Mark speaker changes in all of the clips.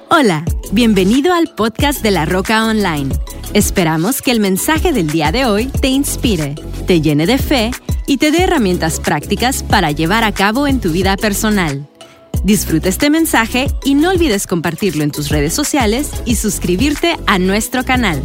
Speaker 1: Hola, bienvenido al podcast de La Roca Online. Esperamos que el mensaje del día de hoy te inspire, te llene de fe y te dé herramientas prácticas para llevar a cabo en tu vida personal. Disfruta este mensaje y no olvides compartirlo en tus redes sociales y suscribirte a nuestro canal.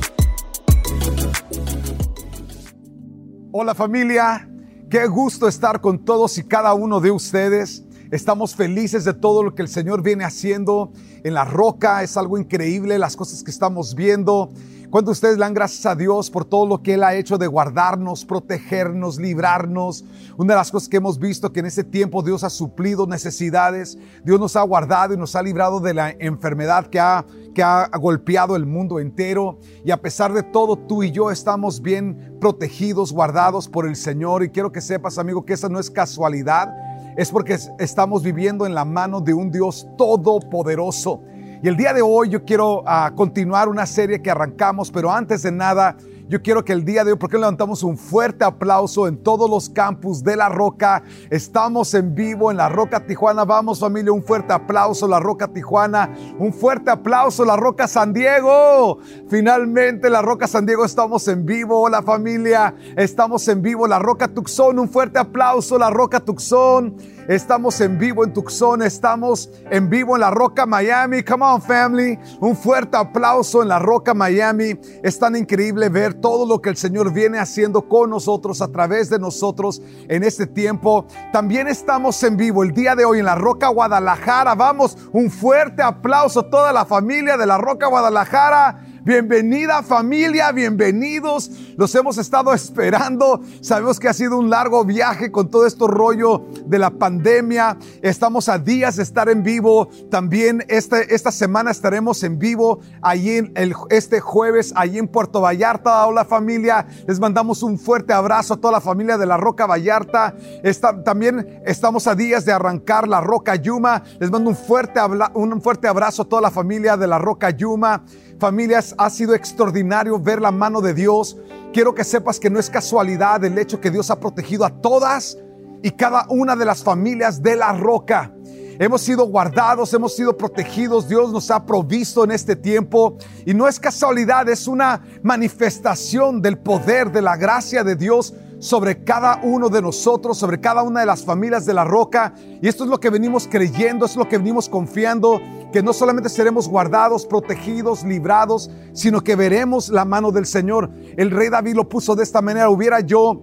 Speaker 2: Hola familia, qué gusto estar con todos y cada uno de ustedes. Estamos felices de todo lo que el Señor viene haciendo en La Roca. Es algo increíble las cosas que estamos viendo. ¿Cuántos de ustedes le dan gracias a Dios por todo lo que Él ha hecho de guardarnos, protegernos, librarnos? Una de las cosas que hemos visto que en este tiempo Dios ha suplido necesidades. Dios nos ha guardado y nos ha librado de la enfermedad que ha golpeado el mundo entero. Y a pesar de todo, tú y yo estamos bien protegidos, guardados por el Señor. Y quiero que sepas, amigo, que esa no es casualidad. Es porque estamos viviendo en la mano de un Dios todopoderoso. Y el día de hoy yo quiero continuar una serie que arrancamos, pero antes de nada, yo quiero que el día de hoy, ¿por qué no levantamos un fuerte aplauso en todos los campus de La Roca? Estamos en vivo en La Roca Tijuana. Vamos familia, un fuerte aplauso La Roca Tijuana, un fuerte aplauso La Roca San Diego. Finalmente La Roca San Diego estamos en vivo. Hola familia, estamos en vivo La Roca Tucson, un fuerte aplauso La Roca Tucson. Estamos en vivo en Tucson, estamos en vivo en La Roca Miami. Come on family, un fuerte aplauso en La Roca Miami. Es tan increíble ver todo lo que el Señor viene haciendo con nosotros, a través de nosotros en este tiempo. También estamos en vivo el día de hoy en La Roca Guadalajara. Vamos, un fuerte aplauso a toda la familia de La Roca Guadalajara. Bienvenida familia, bienvenidos. Los hemos estado esperando. Sabemos que ha sido un largo viaje con todo este rollo de la pandemia. Estamos a días de estar en vivo. También esta semana estaremos en vivo allí este jueves, allí en Puerto Vallarta. Hola familia, les mandamos un fuerte abrazo a toda la familia de La Roca Vallarta. También estamos a días de arrancar La Roca Yuma. Les mando un fuerte abrazo a toda la familia de La Roca Yuma. Familias, ha sido extraordinario ver la mano de Dios. Quiero que sepas que no es casualidad el hecho que Dios ha protegido a todas y cada una de las familias de La Roca. Hemos sido guardados, hemos sido protegidos. Dios nos ha provisto en este tiempo y no es casualidad, es una manifestación del poder, de la gracia de Dios sobre cada uno de nosotros, sobre cada una de las familias de La Roca. Y esto es lo que venimos creyendo, es lo que venimos confiando, que no solamente seremos guardados, protegidos, librados, sino que veremos la mano del Señor. El rey David lo puso de esta manera: hubiera yo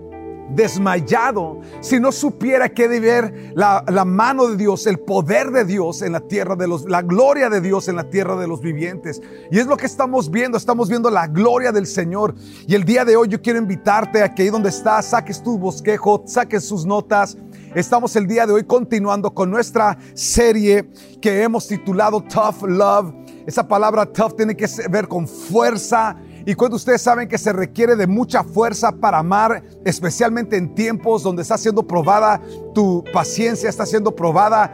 Speaker 2: desmayado si no supiera que de ver la mano de Dios, el poder de Dios en la tierra de la gloria de Dios en la tierra de los vivientes. Y es lo que estamos viendo la gloria del Señor. Y el día de hoy yo quiero invitarte a que ahí donde estás saques tu bosquejo, saques sus notas. Estamos el día de hoy continuando con nuestra serie que hemos titulado Tough Love. Esa palabra tough tiene que ver con fuerza. Y cuando ustedes saben que se requiere de mucha fuerza para amar, especialmente en tiempos donde está siendo probada tu paciencia, está siendo probada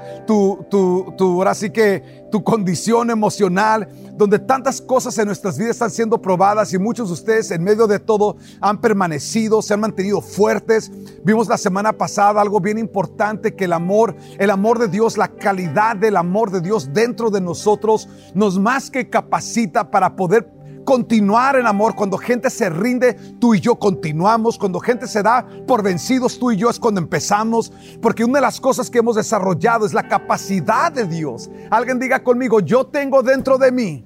Speaker 2: ahora sí que tu condición emocional, donde tantas cosas en nuestras vidas están siendo probadas y muchos de ustedes en medio de todo han permanecido, se han mantenido fuertes. Vimos la semana pasada algo bien importante, que el amor de Dios, la calidad del amor de Dios dentro de nosotros nos más que capacita para poder continuar en amor. Cuando gente se rinde, tú y yo continuamos. Cuando gente se da por vencidos, tú y yo es cuando empezamos. Porque una de las cosas que hemos desarrollado es la capacidad de Dios. Alguien diga conmigo: yo tengo dentro de mí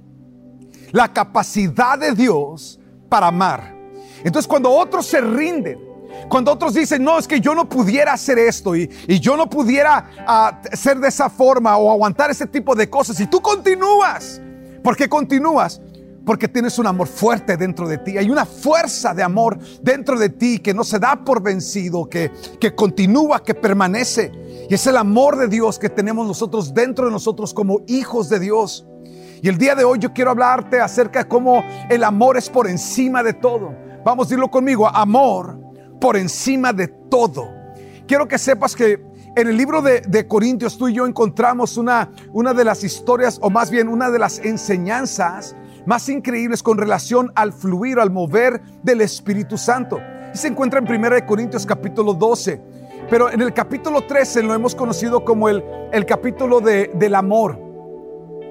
Speaker 2: la capacidad de Dios para amar. Entonces cuando otros se rinden, cuando otros dicen: no, es que yo no pudiera hacer esto y yo no pudiera ser de esa forma o aguantar ese tipo de cosas, y tú continúas. ¿Por qué continúas? Porque tienes un amor fuerte dentro de ti. Hay una fuerza de amor dentro de ti que no se da por vencido, que continúa, que permanece. Y es el amor de Dios que tenemos nosotros dentro de nosotros como hijos de Dios. Y el día de hoy yo quiero hablarte acerca de cómo el amor es por encima de todo. Vamos a decirlo conmigo: amor por encima de todo. Quiero que sepas que en el libro de Corintios tú y yo encontramos una de las historias, o más bien una de las enseñanzas más increíbles con relación al fluir, al mover del Espíritu Santo. Y se encuentra en 1 Corintios capítulo 12. Pero en el capítulo 13 lo hemos conocido como el capítulo del amor.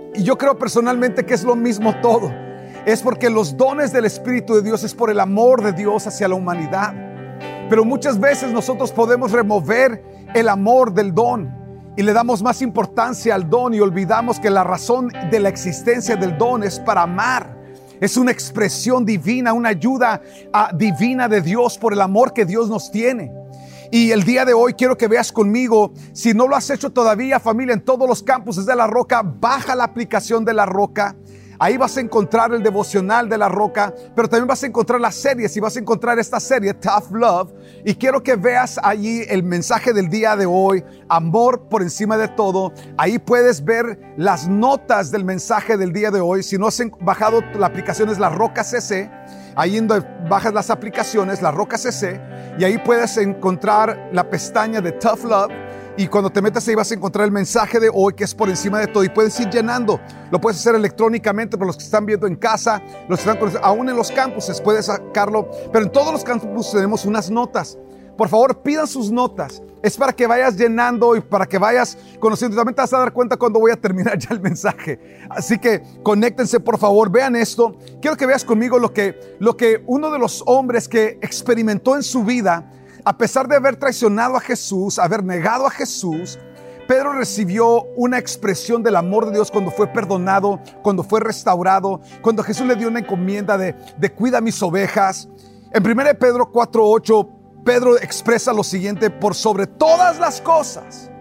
Speaker 2: Y yo creo personalmente que es lo mismo todo. Es porque los dones del Espíritu de Dios es por el amor de Dios hacia la humanidad. Pero muchas veces nosotros podemos remover el amor del don y le damos más importancia al don y olvidamos que la razón de la existencia del don es para amar. Es una expresión divina, una ayuda divina de Dios por el amor que Dios nos tiene. Y el día de hoy quiero que veas conmigo, si no lo has hecho todavía, familia, en todos los campuses de La Roca, baja la aplicación de La Roca. Ahí vas a encontrar el devocional de La Roca, pero también vas a encontrar las series y vas a encontrar esta serie, Tough Love. Y quiero que veas allí el mensaje del día de hoy, amor por encima de todo. Ahí puedes ver las notas del mensaje del día de hoy. Si no has bajado la aplicación, es La Roca CC. Ahí donde bajas las aplicaciones, La Roca CC, y ahí puedes encontrar la pestaña de Tough Love. Y cuando te metas ahí vas a encontrar el mensaje de hoy, que es por encima de todo, y puedes ir llenando. Lo puedes hacer electrónicamente para los que están viendo en casa, los que están aún en los campuses puedes sacarlo, pero en todos los campuses tenemos unas notas. Por favor, pidan sus notas. Es para que vayas llenando y para que vayas conociendo. También te vas a dar cuenta cuando voy a terminar ya el mensaje. Así que conéctense, por favor, vean esto. Quiero que veas conmigo lo que uno de los hombres que experimentó en su vida, a pesar de haber traicionado a Jesús, haber negado a Jesús, Pedro recibió una expresión del amor de Dios cuando fue perdonado, cuando fue restaurado, cuando Jesús le dio una encomienda de cuida mis ovejas. En 1 Pedro 4:8, Pedro expresa lo siguiente: por sobre todas las cosas,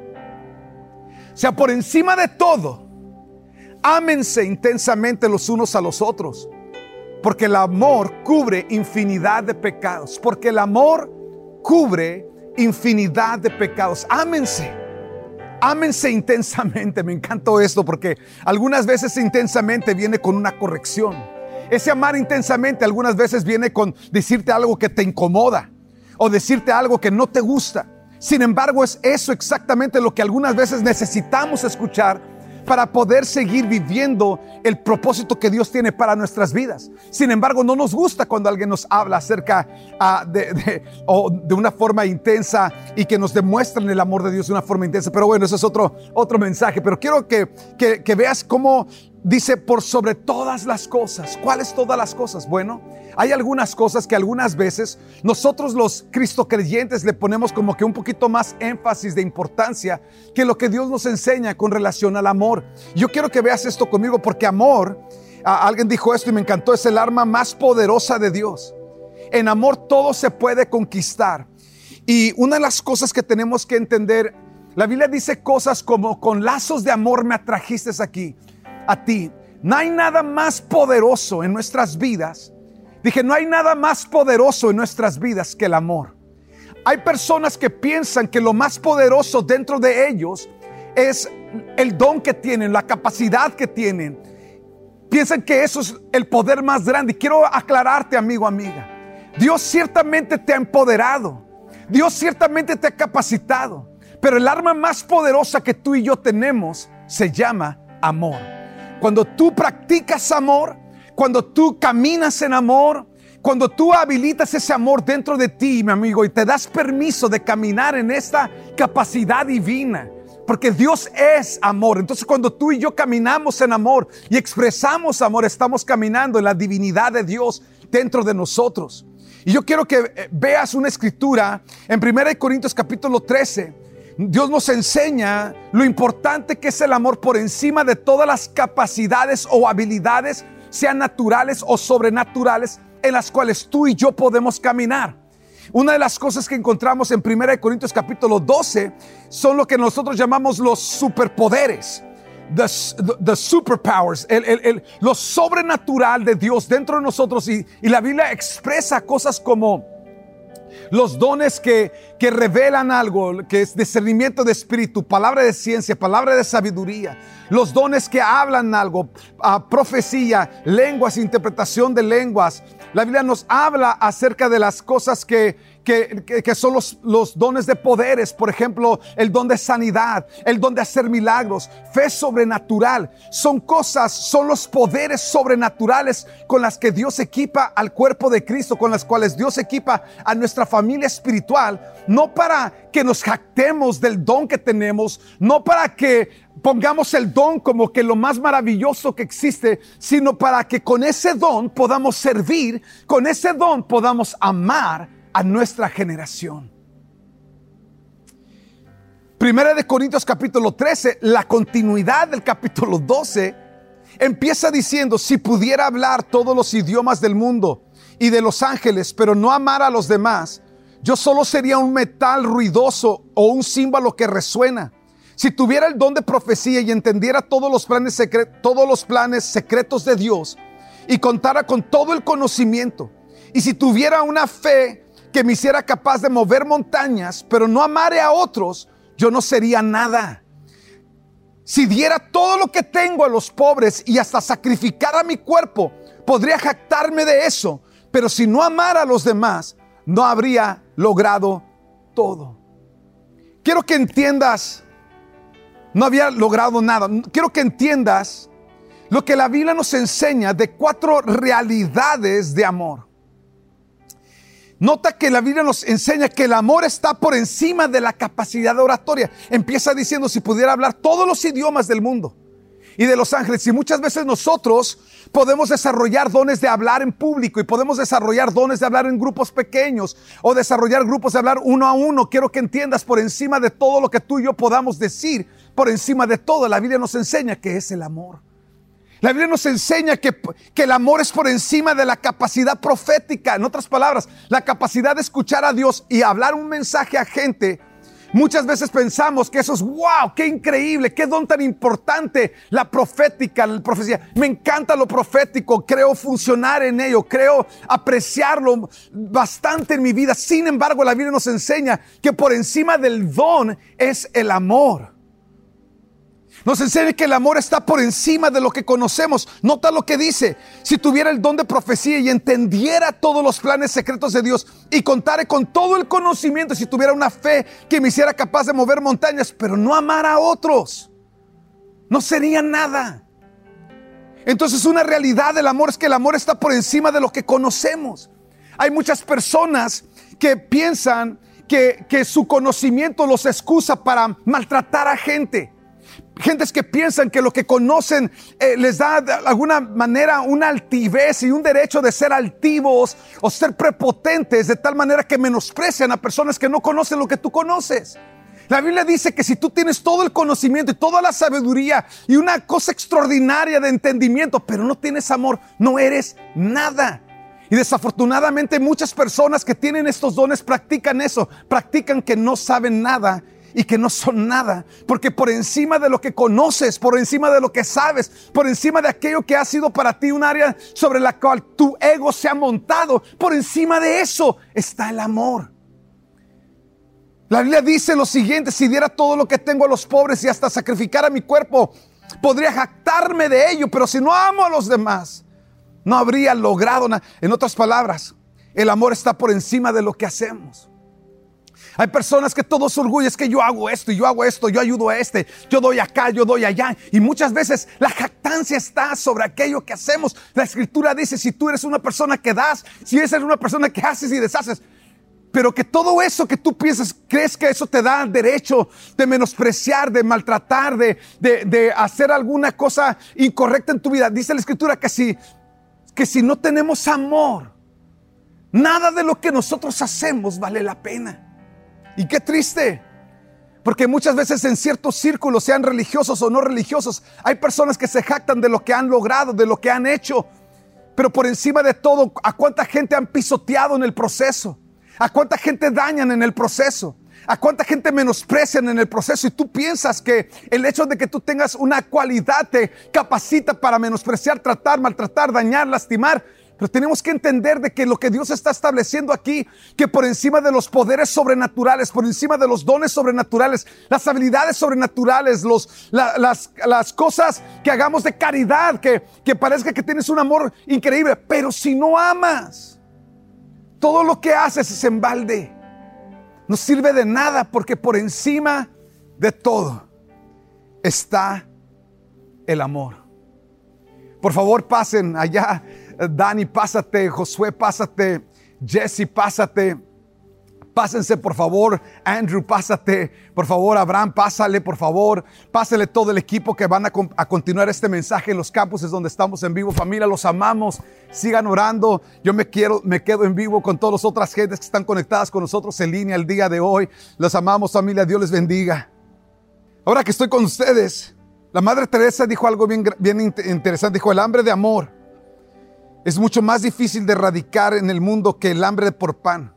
Speaker 2: o sea, por encima de todo, ámense intensamente los unos a los otros, porque el amor cubre infinidad de pecados. Porque el amor cubre infinidad de pecados. Ámense. Ámense intensamente. Me encantó esto porque algunas veces intensamente viene con una corrección. Ese amar intensamente algunas veces viene con decirte algo que te incomoda o decirte algo que no te gusta. Sin embargo, es eso exactamente lo que algunas veces necesitamos escuchar para poder seguir viviendo el propósito que Dios tiene para nuestras vidas. Sin embargo, no nos gusta cuando alguien nos habla acerca de una forma intensa y que nos demuestren el amor de Dios de una forma intensa. Pero bueno, eso es otro mensaje. Pero quiero que veas cómo dice por sobre todas las cosas. ¿Cuáles todas las cosas? Bueno, hay algunas cosas que algunas veces nosotros los cristocreyentes le ponemos como que un poquito más énfasis de importancia que lo que Dios nos enseña con relación al amor. Yo quiero que veas esto conmigo porque amor, alguien dijo esto y me encantó, es el arma más poderosa de Dios. En amor todo se puede conquistar. Y una de las cosas que tenemos que entender, la Biblia dice cosas como: con lazos de amor me atrajiste aquí a ti. No hay nada más poderoso en nuestras vidas. Dije, no hay nada más poderoso en nuestras vidas que el amor. Hay personas que piensan que lo más poderoso dentro de ellos es el don que tienen, la capacidad que tienen. Piensan que eso es el poder más grande. Y quiero aclararte, amigo, amiga. Dios ciertamente te ha empoderado. Dios ciertamente te ha capacitado. Pero el arma más poderosa que tú y yo tenemos se llama amor. Cuando tú practicas amor, cuando tú caminas en amor, cuando tú habilitas ese amor dentro de ti, mi amigo, y te das permiso de caminar en esta capacidad divina, porque Dios es amor. Entonces, cuando tú y yo caminamos en amor y expresamos amor, estamos caminando en la divinidad de Dios dentro de nosotros. Y yo quiero que veas una escritura en 1 Corintios capítulo 13. Dios nos enseña lo importante que es el amor por encima de todas las capacidades o habilidades, sean naturales o sobrenaturales, en las cuales tú y yo podemos caminar. Una de las cosas que encontramos en 1 Corintios capítulo 12 son lo que nosotros llamamos los superpoderes, the superpowers, lo sobrenatural de Dios dentro de nosotros. Y la Biblia expresa cosas como los dones que revelan algo, que es discernimiento de espíritu, palabra de ciencia, palabra de sabiduría. Los dones que hablan algo, profecía, lenguas, interpretación de lenguas. La Biblia nos habla acerca de las cosas que que son los dones de poderes. Por ejemplo, el don de sanidad, el don de hacer milagros, fe sobrenatural. Son los poderes sobrenaturales con las que Dios equipa al cuerpo de Cristo, con las cuales Dios equipa a nuestra familia espiritual, no para que nos jactemos del don que tenemos, no para que pongamos el don como que lo más maravilloso que existe, sino para que con ese don podamos servir, con ese don podamos amar a nuestra generación. Primera de Corintios capítulo 13, la continuidad del capítulo 12, empieza diciendo: si pudiera hablar todos los idiomas del mundo y de los ángeles, pero no amar a los demás, yo solo sería un metal ruidoso o un címbalo que resuena. Si tuviera el don de profecía y entendiera todos los planes secretos de Dios y contara con todo el conocimiento, y si tuviera una fe que me hiciera capaz de mover montañas, pero no amare a otros, yo no sería nada. Si diera todo lo que tengo a los pobres y hasta sacrificara mi cuerpo, podría jactarme de eso, pero si no amara a los demás, no habría logrado todo. Quiero que entiendas, no había logrado nada. Quiero que entiendas lo que la Biblia nos enseña de 4 realidades de amor. Nota que la Biblia nos enseña que el amor está por encima de la capacidad oratoria. Empieza diciendo: si pudiera hablar todos los idiomas del mundo y de los ángeles. Y muchas veces nosotros podemos desarrollar dones de hablar en público, y podemos desarrollar dones de hablar en grupos pequeños, o desarrollar grupos de hablar uno a uno. Quiero que entiendas, por encima de todo lo que tú y yo podamos decir, por encima de todo, la Biblia nos enseña que es el amor. La Biblia nos enseña que el amor es por encima de la capacidad profética. En otras palabras, la capacidad de escuchar a Dios y hablar un mensaje a gente. Muchas veces pensamos que eso es wow, qué increíble, qué don tan importante, la profética, la profecía. Me encanta lo profético, creo funcionar en ello, creo apreciarlo bastante en mi vida. Sin embargo, la Biblia nos enseña que por encima del don es el amor. Nos enseña que el amor está por encima de lo que conocemos. Nota lo que dice: si tuviera el don de profecía y entendiera todos los planes secretos de Dios y contare con todo el conocimiento, si tuviera una fe que me hiciera capaz de mover montañas, pero no amara a otros, no sería nada. Entonces, una realidad del amor es que el amor está por encima de lo que conocemos. Hay muchas personas que piensan que su conocimiento los excusa para maltratar a gente. Gentes que piensan que lo que conocen les da de alguna manera una altivez y un derecho de ser altivos o ser prepotentes, de tal manera que menosprecian a personas que no conocen lo que tú conoces. La Biblia dice que si tú tienes todo el conocimiento y toda la sabiduría y una cosa extraordinaria de entendimiento, pero no tienes amor, no eres nada. Y desafortunadamente muchas personas que tienen estos dones practican eso, practican que no saben nada y que no son nada, porque por encima de lo que conoces, por encima de lo que sabes, por encima de aquello que ha sido para ti un área sobre la cual tu ego se ha montado, por encima de eso está el amor. La Biblia dice lo siguiente: si diera todo lo que tengo a los pobres y hasta sacrificara mi cuerpo, podría jactarme de ello, pero si no amo a los demás, no habría logrado nada. En otras palabras, el amor está por encima de lo que hacemos. Hay personas que todo su orgullo es que yo hago esto y yo hago esto, yo ayudo a este, yo doy acá, yo doy allá. Y muchas veces la jactancia está sobre aquello que hacemos. La Escritura dice: si tú eres una persona que das, si eres una persona que haces y deshaces, pero que todo eso que tú piensas, crees que eso te da derecho de menospreciar, de maltratar, de hacer alguna cosa incorrecta en tu vida. Dice la Escritura que si no tenemos amor, nada de lo que nosotros hacemos vale la pena. Y qué triste, porque muchas veces en ciertos círculos, sean religiosos o no religiosos, hay personas que se jactan de lo que han logrado, de lo que han hecho. Pero por encima de todo, ¿a cuánta gente han pisoteado en el proceso? ¿A cuánta gente dañan en el proceso? ¿A cuánta gente menosprecian en el proceso? Y tú piensas que el hecho de que tú tengas una cualidad te capacita para menospreciar, tratar, maltratar, dañar, lastimar. Pero tenemos que entender de que lo que Dios está estableciendo aquí, que por encima de los poderes sobrenaturales, por encima de los dones sobrenaturales, las habilidades sobrenaturales, las cosas que hagamos de caridad, que parezca que tienes un amor increíble, pero si no amas, todo lo que haces es en balde. no sirve de nada, porque por encima de todo está el amor. Por favor, pasen allá. Dani, pásate. Josué, pásate. Jesse, pásate. Pásense, por favor. Andrew, pásate. Por favor, Abraham, pásale, por favor. Pásale todo el equipo que van a continuar este mensaje en los campuses donde estamos en vivo. Familia, los amamos. Sigan orando. Yo me quedo en vivo con todas las otras gentes que están conectadas con nosotros en línea el día de hoy. Los amamos, familia. Dios les bendiga. Ahora que estoy con ustedes, la Madre Teresa dijo algo bien interesante. Dijo, el hambre de amor es mucho más difícil de erradicar en el mundo que el hambre por pan.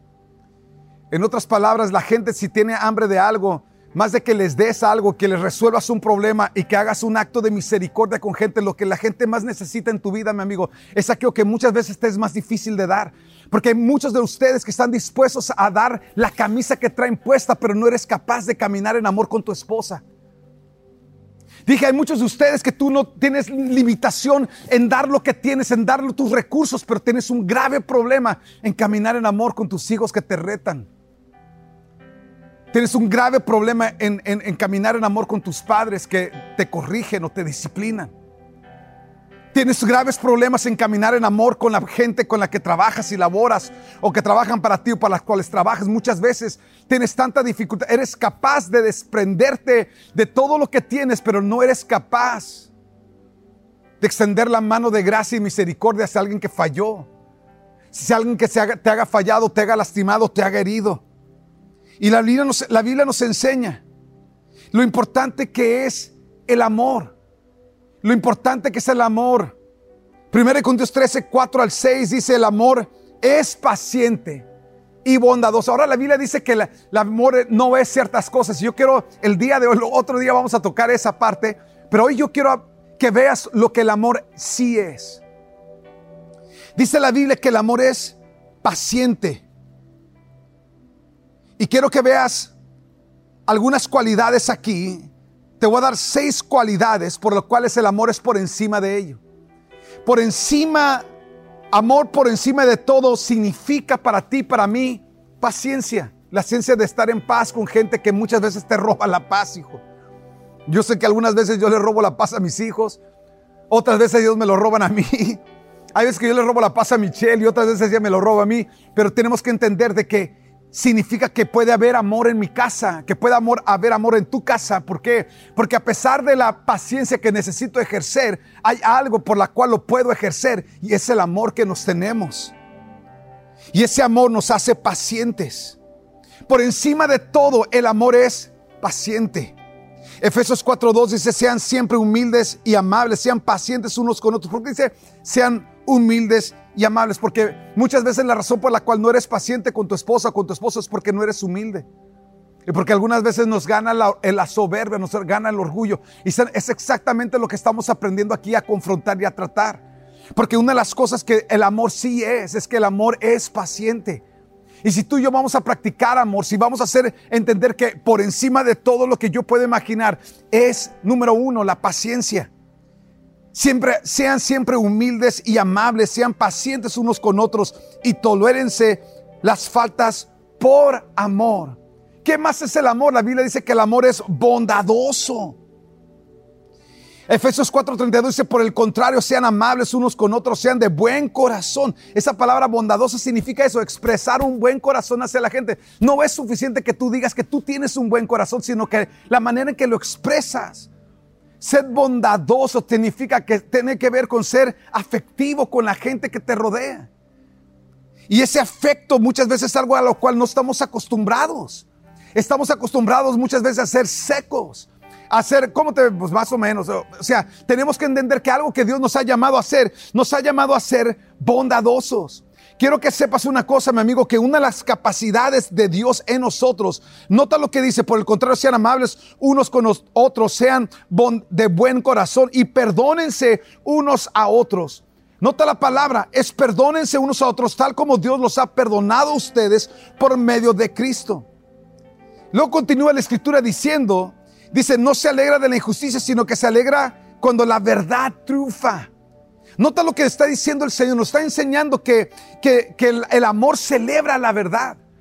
Speaker 2: En otras palabras, la gente, si tiene hambre de algo, más de que les des algo, que les resuelvas un problema y que hagas un acto de misericordia con gente, lo que la gente más necesita en tu vida, mi amigo, es aquello que muchas veces te es más difícil de dar. Porque hay muchos de ustedes que están dispuestos a dar la camisa que traen puesta, pero no eres capaz de caminar en amor con tu esposa. Dije, hay muchos de ustedes que tú no tienes limitación en dar lo que tienes, en dar tus recursos, pero tienes un grave problema en caminar en amor con tus hijos que te retan. Tienes un grave problema en caminar en amor con tus padres que te corrigen o te disciplinan. Tienes graves problemas en caminar en amor con la gente con la que trabajas y laboras, o que trabajan para ti o para las cuales trabajas. Muchas veces tienes tanta dificultad. Eres capaz de desprenderte de todo lo que tienes, pero no eres capaz de extender la mano de gracia y misericordia hacia alguien que falló. Si alguien que te haga fallado, te haga lastimado, te haga herido. Y la Biblia nos enseña lo importante que es el amor. Lo importante que es el amor. 1 Corintios 13, 4 al 6 dice, el amor es paciente y bondadoso. Ahora la Biblia dice que el amor no es ciertas cosas. Yo quiero, el día de hoy, otro día vamos a tocar esa parte, pero hoy yo quiero que veas lo que el amor sí es. Dice la Biblia que el amor es paciente. Y quiero que veas algunas cualidades aquí. Te voy a dar 6 cualidades por las cuales el amor es por encima de ello. Por encima, amor por encima de todo significa para ti, para mí, paciencia. La ciencia de estar en paz con gente que muchas veces te roba la paz, hijo. Yo sé que algunas veces yo le robo la paz a mis hijos. Otras veces ellos me lo roban a mí. Hay veces que yo le robo la paz a Michelle y otras veces ella me lo roba a mí. Pero tenemos que entender de que significa que puede haber amor en mi casa, que puede haber amor en tu casa. ¿Por qué? Porque a pesar de la paciencia que necesito ejercer, hay algo por la cual lo puedo ejercer, y es el amor que nos tenemos. Y ese amor nos hace pacientes. Por encima de todo, el amor es paciente. Efesios 4:2 dice, sean siempre humildes y amables, sean pacientes unos con otros. ¿Por qué dice sean humildes y amables? Porque muchas veces la razón por la cual no eres paciente con tu esposa o con tu esposo es porque no eres humilde. Y porque algunas veces nos gana la soberbia, nos gana el orgullo. Y es exactamente lo que estamos aprendiendo aquí a confrontar y a tratar. Porque una de las cosas que el amor sí es que el amor es paciente. Y si tú y yo vamos a practicar amor, si vamos a hacer entender que por encima de todo lo que yo puedo imaginar es, número 1, la paciencia. Sean siempre humildes y amables, sean pacientes unos con otros y tolérense las faltas por amor. ¿Qué más es el amor? La Biblia dice que el amor es bondadoso. Efesios 4:32 dice, por el contrario, sean amables unos con otros, sean de buen corazón. Esa palabra bondadoso significa eso, expresar un buen corazón hacia la gente. No es suficiente que tú digas que tú tienes un buen corazón, sino que la manera en que lo expresas. Ser bondadoso significa que tiene que ver con ser afectivo con la gente que te rodea. Y ese afecto muchas veces es algo a lo cual no estamos acostumbrados. Estamos acostumbrados muchas veces a ser secos. Hacer, pues más o menos, o sea, tenemos que entender que algo que Dios nos ha llamado a hacer, nos ha llamado a ser bondadosos. Quiero que sepas una cosa, mi amigo, que una de las capacidades de Dios en nosotros, nota lo que dice, por el contrario, sean amables unos con los otros, sean de buen corazón y perdónense unos a otros. Nota la palabra, es perdónense unos a otros, tal como Dios los ha perdonado a ustedes por medio de Cristo. Luego continúa la escritura diciendo, dice, no se alegra de la injusticia, sino que se alegra cuando la verdad triunfa. Nota lo que está diciendo el Señor. Nos está enseñando que el amor celebra la verdad.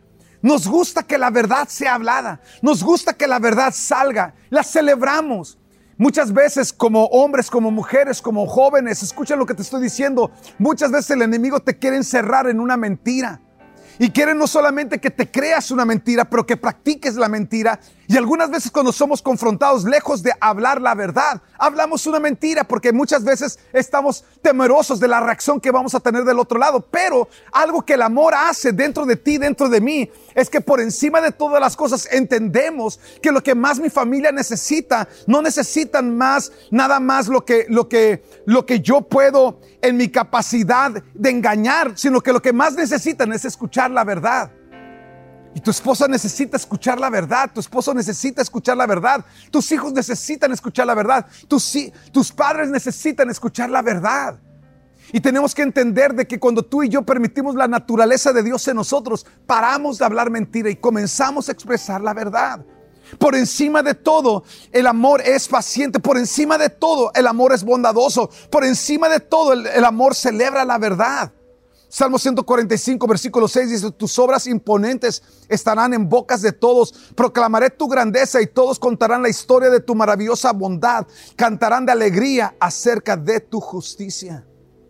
Speaker 2: Nos gusta que la verdad sea hablada. Nos gusta que la verdad salga. La celebramos. Muchas veces como hombres, como mujeres, como jóvenes, escucha lo que te estoy diciendo. Muchas veces el enemigo te quiere encerrar en una mentira. Y quiere no solamente que te creas una mentira, pero que practiques la mentira. Y algunas veces cuando somos confrontados, lejos de hablar la verdad, hablamos una mentira porque muchas veces estamos temerosos de la reacción que vamos a tener del otro lado. Pero algo que el amor hace dentro de ti, dentro de mí, es que por encima de todas las cosas entendemos que lo que más mi familia necesita, no necesitan más, nada más lo que yo puedo en mi capacidad de engañar, sino que lo que más necesitan es escuchar la verdad. Y tu esposa necesita escuchar la verdad, tu esposo necesita escuchar la verdad, tus hijos necesitan escuchar la verdad, tus padres necesitan escuchar la verdad. Y tenemos que entender de que cuando tú y yo permitimos la naturaleza de Dios en nosotros, paramos de hablar mentira y comenzamos a expresar la verdad. Por encima de todo, el amor es paciente. Por encima de todo, el amor es bondadoso. Por encima de todo, el amor celebra la verdad. Salmo 145, versículo 6 dice: tus obras imponentes estarán en bocas de todos. Proclamaré tu grandeza y todos contarán la historia de tu maravillosa bondad. Cantarán de alegría acerca de tu justicia.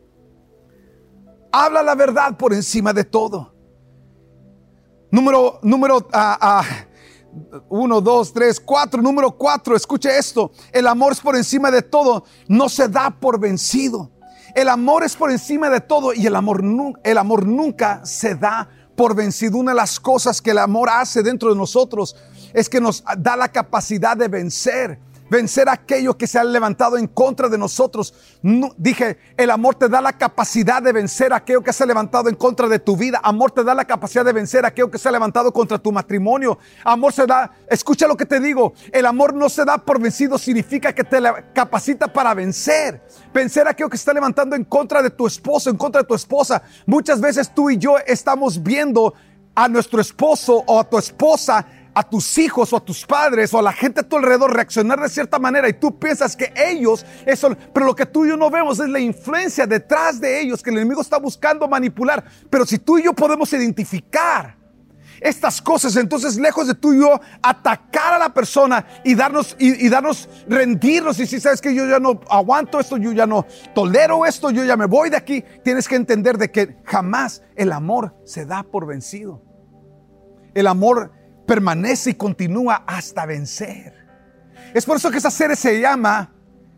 Speaker 2: Habla la verdad por encima de todo. Número 1, 2, 3, 4. Número 4, escuche esto. El amor es por encima de todo. No se da por vencido. El amor es por encima de todo y el amor nunca se da por vencido. Una de las cosas que el amor hace dentro de nosotros es que nos da la capacidad de vencer aquello que se ha levantado en contra de nosotros. Dije, el amor te da la capacidad de vencer aquello que se ha levantado en contra de tu vida. Amor te da la capacidad de vencer aquello que se ha levantado contra tu matrimonio. Amor se da, escucha lo que te digo, el amor no se da por vencido, significa que te capacita para vencer aquello que se está levantando en contra de tu esposo, en contra de tu esposa. Muchas veces tú y yo estamos viendo a nuestro esposo o a tu esposa, a tus hijos o a tus padres o a la gente a tu alrededor reaccionar de cierta manera y tú piensas que ellos, pero lo que tú y yo no vemos es la influencia detrás de ellos que el enemigo está buscando manipular. Pero si tú y yo podemos identificar estas cosas, entonces lejos de tú y yo atacar a la persona y rendirnos y si sabes que yo ya no aguanto esto, yo ya no tolero esto, yo ya me voy de aquí, tienes que entender de que jamás el amor se da por vencido. El amor permanece y continúa hasta vencer. Es por eso que esa serie se llama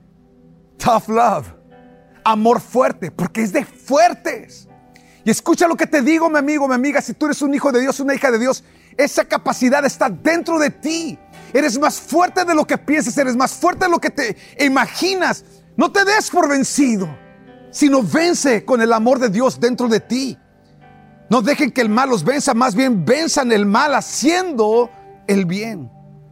Speaker 2: Tough Love, amor fuerte, porque es de fuertes. Y escucha lo que te digo, mi amigo, mi amiga, si tú eres un hijo de Dios, una hija de Dios, esa capacidad está dentro de ti. Eres más fuerte de lo que piensas, eres más fuerte de lo que te imaginas. No te des por vencido, sino vence con el amor de Dios dentro de ti. No dejen que el mal los venza, más bien venzan el mal haciendo el bien.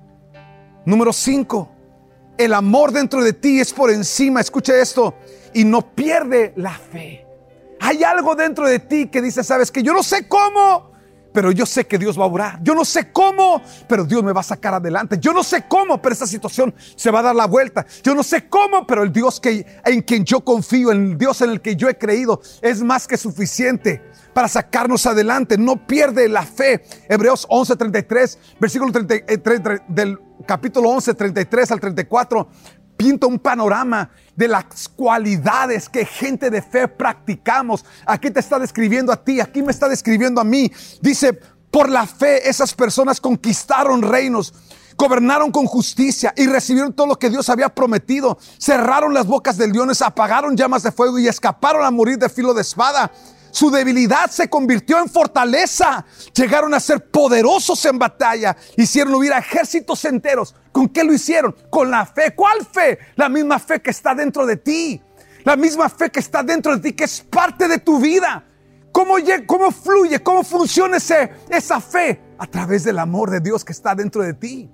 Speaker 2: Número 5, el amor dentro de ti es por encima, escucha esto, y no pierde la fe. Hay algo dentro de ti que dice, sabes que yo no sé cómo, pero yo sé que Dios va a obrar. Yo no sé cómo, pero Dios me va a sacar adelante. Yo no sé cómo, pero esta situación se va a dar la vuelta. Yo no sé cómo, pero el Dios en quien yo confío, el Dios en el que yo he creído, es más que suficiente para sacarnos adelante. No pierde la fe. Hebreos 11:33, versículo 33 del capítulo 11, 33 al 34, pinta un panorama de las cualidades que gente de fe practicamos. Aquí te está describiendo a ti, aquí me está describiendo a mí. Dice, por la fe esas personas conquistaron reinos, gobernaron con justicia y recibieron todo lo que Dios había prometido. Cerraron las bocas de leones, apagaron llamas de fuego y escaparon a morir de filo de espada. Su debilidad se convirtió en fortaleza. Llegaron a ser poderosos en batalla. Hicieron huir a ejércitos enteros. ¿Con qué lo hicieron? Con la fe. ¿Cuál fe? La misma fe que está dentro de ti. La misma fe que está dentro de ti, que es parte de tu vida. ¿Cómo fluye? ¿Cómo funciona esa fe? A través del amor de Dios que está dentro de ti.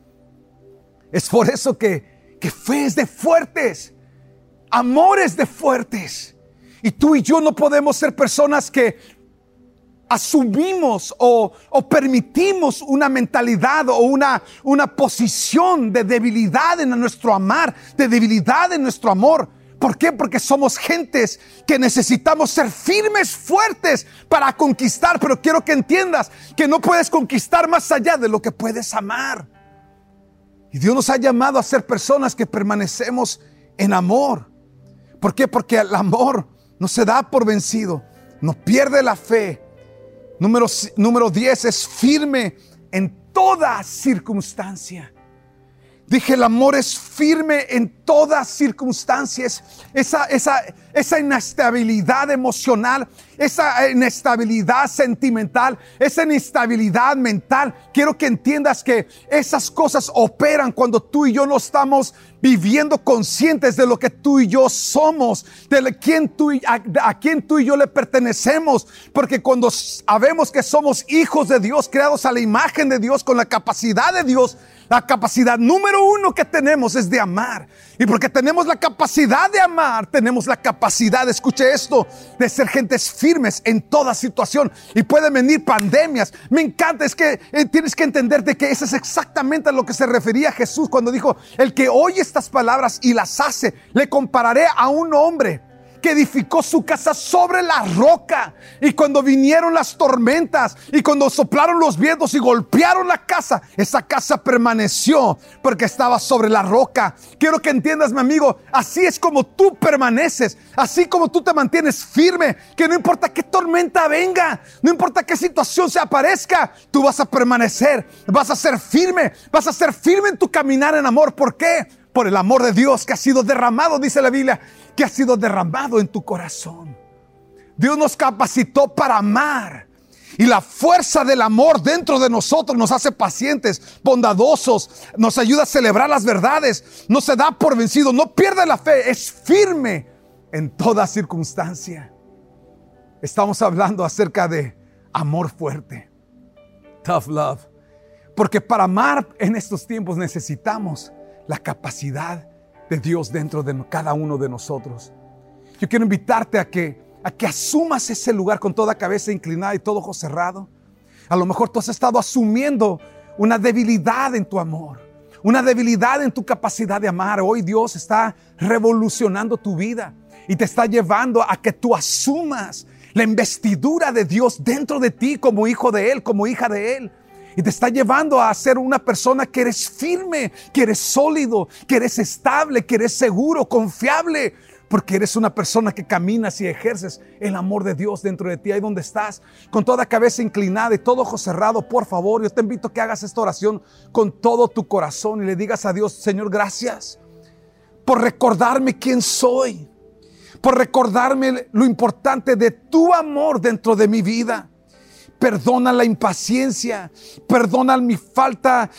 Speaker 2: Es por eso que fe es de fuertes. Amor es de fuertes. Y tú y yo no podemos ser personas que asumimos o permitimos una mentalidad o una posición de debilidad en nuestro amar, de debilidad en nuestro amor. ¿Por qué? Porque somos gentes que necesitamos ser firmes, fuertes para conquistar. Pero quiero que entiendas que no puedes conquistar más allá de lo que puedes amar. Y Dios nos ha llamado a ser personas que permanecemos en amor. ¿Por qué? Porque el amor no se da por vencido, no pierde la fe. Número 10 es firme en toda circunstancia. Dije, el amor es firme en todas circunstancias. Esa inestabilidad emocional, esa inestabilidad sentimental, esa inestabilidad mental. Quiero que entiendas que esas cosas operan cuando tú y yo no estamos viviendo conscientes de lo que tú y yo somos, a quién tú y yo le pertenecemos. Porque cuando sabemos que somos hijos de Dios, creados a la imagen de Dios, con la capacidad de Dios, la capacidad número 1 que tenemos es de amar. Y porque tenemos la capacidad de amar, tenemos la capacidad, escuche esto, de ser gentes firmes en toda situación. Y pueden venir pandemias. Me encanta, es que tienes que entender de que eso es exactamente a lo que se refería Jesús cuando dijo: el que oye estas palabras y las hace, le compararé a un hombre que edificó su casa sobre la roca. Y cuando vinieron las tormentas y cuando soplaron los vientos y golpearon la casa, esa casa permaneció porque estaba sobre la roca. Quiero que entiendas, mi amigo, así es como tú permaneces, así como tú te mantienes firme, que no importa qué tormenta venga, no importa qué situación se aparezca, tú vas a permanecer, vas a ser firme en tu caminar en amor. ¿Por qué? Por el amor de Dios que ha sido derramado, dice la Biblia, que ha sido derramado en tu corazón. Dios nos capacitó para amar. Y la fuerza del amor dentro de nosotros nos hace pacientes, bondadosos, nos ayuda a celebrar las verdades, no se da por vencido, no pierde la fe, es firme en toda circunstancia. Estamos hablando acerca de amor fuerte, tough love. Porque para amar en estos tiempos necesitamos la capacidad de Dios dentro de cada uno de nosotros. Yo quiero invitarte a que asumas ese lugar con toda cabeza inclinada y todo ojo cerrado. A lo mejor tú has estado asumiendo una debilidad en tu amor, una debilidad en tu capacidad de amar. Hoy Dios está revolucionando tu vida y te está llevando a que tú asumas la investidura de Dios dentro de ti como hijo de Él, como hija de Él. Y te está llevando a ser una persona que eres firme, que eres sólido, que eres estable, que eres seguro, confiable. Porque eres una persona que caminas y ejerces el amor de Dios dentro de ti. Ahí donde estás, con toda cabeza inclinada y todo ojo cerrado, por favor, yo te invito a que hagas esta oración con todo tu corazón y le digas a Dios: Señor, gracias por recordarme quién soy, por recordarme lo importante de tu amor dentro de mi vida. Perdona la impaciencia, perdona mi falta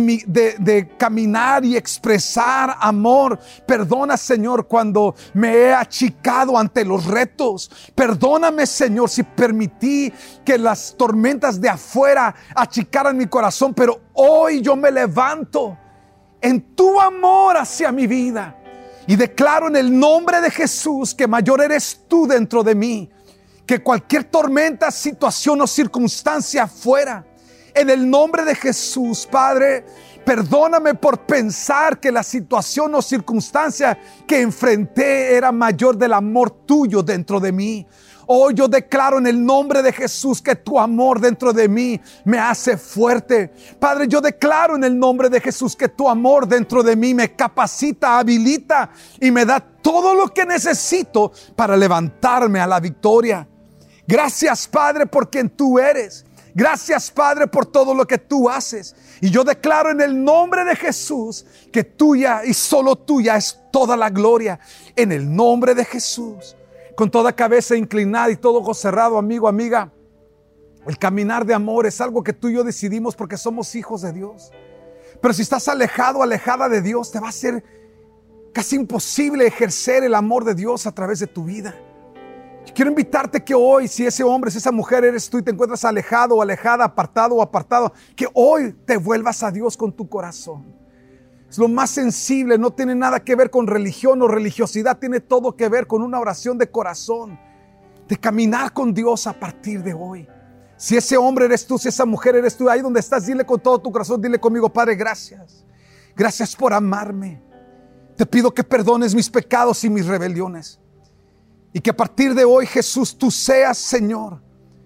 Speaker 2: de caminar y expresar amor. Perdona, Señor, cuando me he achicado ante los retos. Perdóname, Señor, si permití que las tormentas de afuera achicaran mi corazón. Pero hoy yo me levanto en tu amor hacia mi vida y declaro en el nombre de Jesús que mayor eres tú dentro de mí que cualquier tormenta, situación o circunstancia afuera. En el nombre de Jesús, Padre, perdóname por pensar que la situación o circunstancia que enfrenté era mayor del amor tuyo dentro de mí. Hoy yo declaro en el nombre de Jesús que tu amor dentro de mí me hace fuerte. Padre, yo declaro en el nombre de Jesús que tu amor dentro de mí me capacita, habilita y me da todo lo que necesito para levantarme a la victoria. Gracias, Padre, por quien tú eres. Gracias, Padre, por todo lo que tú haces. Y yo declaro en el nombre de Jesús que tuya y solo tuya es toda la gloria. En el nombre de Jesús. Con toda cabeza inclinada y todo ojo cerrado, amigo, amiga. El caminar de amor es algo que tú y yo decidimos porque somos hijos de Dios. Pero si estás alejado, alejada de Dios, te va a ser casi imposible ejercer el amor de Dios a través de tu vida. Quiero invitarte que hoy, si ese hombre, si esa mujer eres tú y te encuentras alejado o alejada, apartado o apartado, que hoy te vuelvas a Dios con tu corazón. Es lo más sensible, no tiene nada que ver con religión o religiosidad, tiene todo que ver con una oración de corazón, de caminar con Dios a partir de hoy. Si ese hombre eres tú, si esa mujer eres tú, ahí donde estás, dile con todo tu corazón, dile conmigo: Padre, gracias. Gracias por amarme. Te pido que perdones mis pecados y mis rebeliones. Y que a partir de hoy, Jesús, tú seas Señor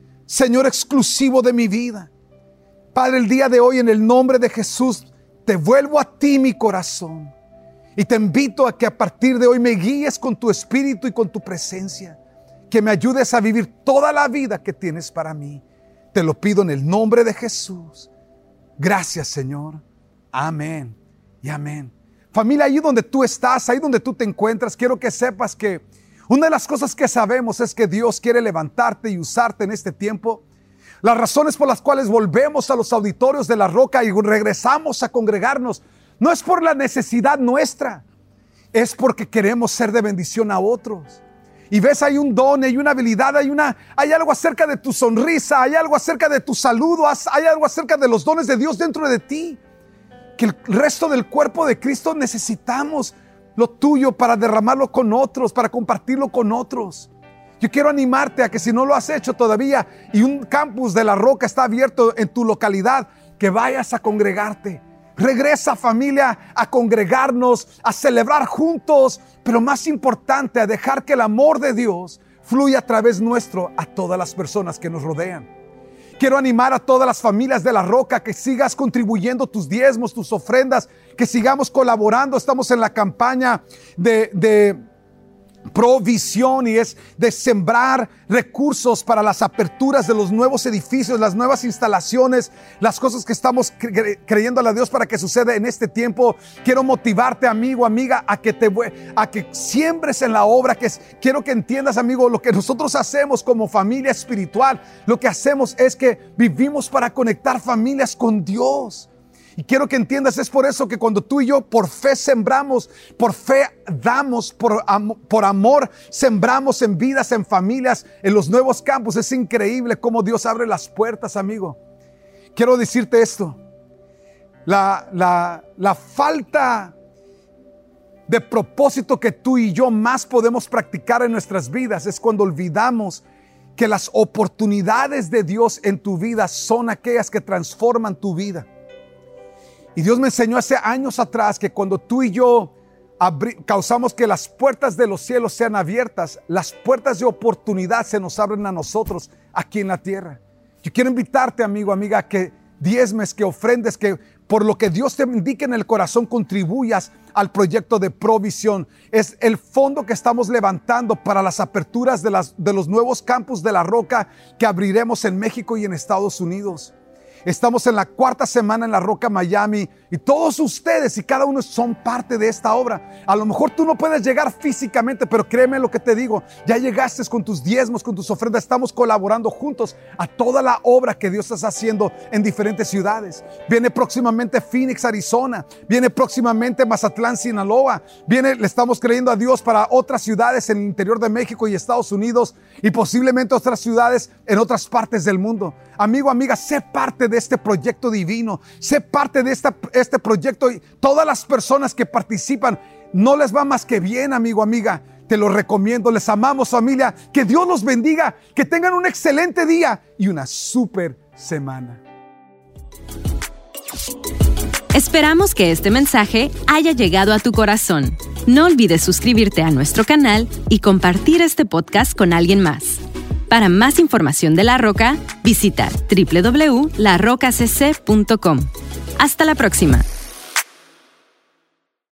Speaker 2: exclusivo de mi vida. Padre, el día de hoy, en el nombre de Jesús, te vuelvo a ti mi corazón. Y te invito a que a partir de hoy me guíes con tu espíritu y con tu presencia. Que me ayudes a vivir toda la vida que tienes para mí. Te lo pido en el nombre de Jesús. Gracias, Señor. Amén y amén. Familia, ahí donde tú estás, ahí donde tú te encuentras, quiero que sepas que una de las cosas que sabemos es que Dios quiere levantarte y usarte en este tiempo. Las razones por las cuales volvemos a los auditorios de La Roca y regresamos a congregarnos no es por la necesidad nuestra, es porque queremos ser de bendición a otros. Y ves, hay un don, hay una habilidad, hay algo acerca de tu sonrisa, hay algo acerca de tu saludo, hay algo acerca de los dones de Dios dentro de ti. Que el resto del cuerpo de Cristo necesitamos lo tuyo para derramarlo con otros, para compartirlo con otros. Yo quiero animarte a que si no lo has hecho todavía y un campus de La Roca está abierto en tu localidad, que vayas a congregarte. Regresa, familia, a congregarnos, a celebrar juntos, pero más importante, a dejar que el amor de Dios fluya a través nuestro a todas las personas que nos rodean. Quiero animar a todas las familias de La Roca que sigas contribuyendo tus diezmos, tus ofrendas, que sigamos colaborando. Estamos en la campaña de provisión y es de sembrar recursos para las aperturas de los nuevos edificios, las nuevas instalaciones, las cosas que estamos creyéndole a Dios para que suceda en este tiempo. Quiero motivarte, amigo, amiga, a que siembres en la obra. Quiero que entiendas, amigo, lo que nosotros hacemos como familia espiritual. Lo que hacemos es que vivimos para conectar familias con Dios. Y quiero que entiendas, es por eso que cuando tú y yo por fe sembramos, por fe damos, por amor sembramos en vidas, en familias, en los nuevos campos. Es increíble cómo Dios abre las puertas, amigo. Quiero decirte esto. La falta de propósito que tú y yo más podemos practicar en nuestras vidas es cuando olvidamos que las oportunidades de Dios en tu vida son aquellas que transforman tu vida. Y Dios me enseñó hace años atrás que cuando tú y yo causamos que las puertas de los cielos sean abiertas, las puertas de oportunidad se nos abren a nosotros aquí en la tierra. Yo quiero invitarte, amigo, amiga, que diezmes, que ofrendes, que por lo que Dios te indique en el corazón contribuyas al proyecto de provisión. Es el fondo que estamos levantando para las aperturas de los nuevos campus de La Roca que abriremos en México y en Estados Unidos. Estamos en la 4ª semana en La Roca, Miami, y todos ustedes y cada uno son parte de esta obra. A lo mejor tú no puedes llegar físicamente, pero créeme lo que te digo, ya llegaste con tus diezmos, con tus ofrendas. Estamos colaborando juntos a toda la obra que Dios está haciendo en diferentes ciudades. Viene próximamente Phoenix, Arizona. Viene próximamente Mazatlán, Sinaloa. Le estamos creyendo a Dios para otras ciudades en el interior de México y Estados Unidos, y posiblemente otras ciudades en otras partes del mundo. Amigo, amiga, sé parte de este proyecto divino. Sé parte de este proyecto, y todas las personas que participan no les va más que bien, amigo, amiga. Te lo recomiendo. Les amamos, familia. Que Dios los bendiga. Que tengan un excelente día y una súper semana.
Speaker 1: Esperamos que este mensaje haya llegado a tu corazón. No olvides suscribirte a nuestro canal y compartir este podcast con alguien más. Para más información de La Roca, visita www.larocacc.com. Hasta la próxima.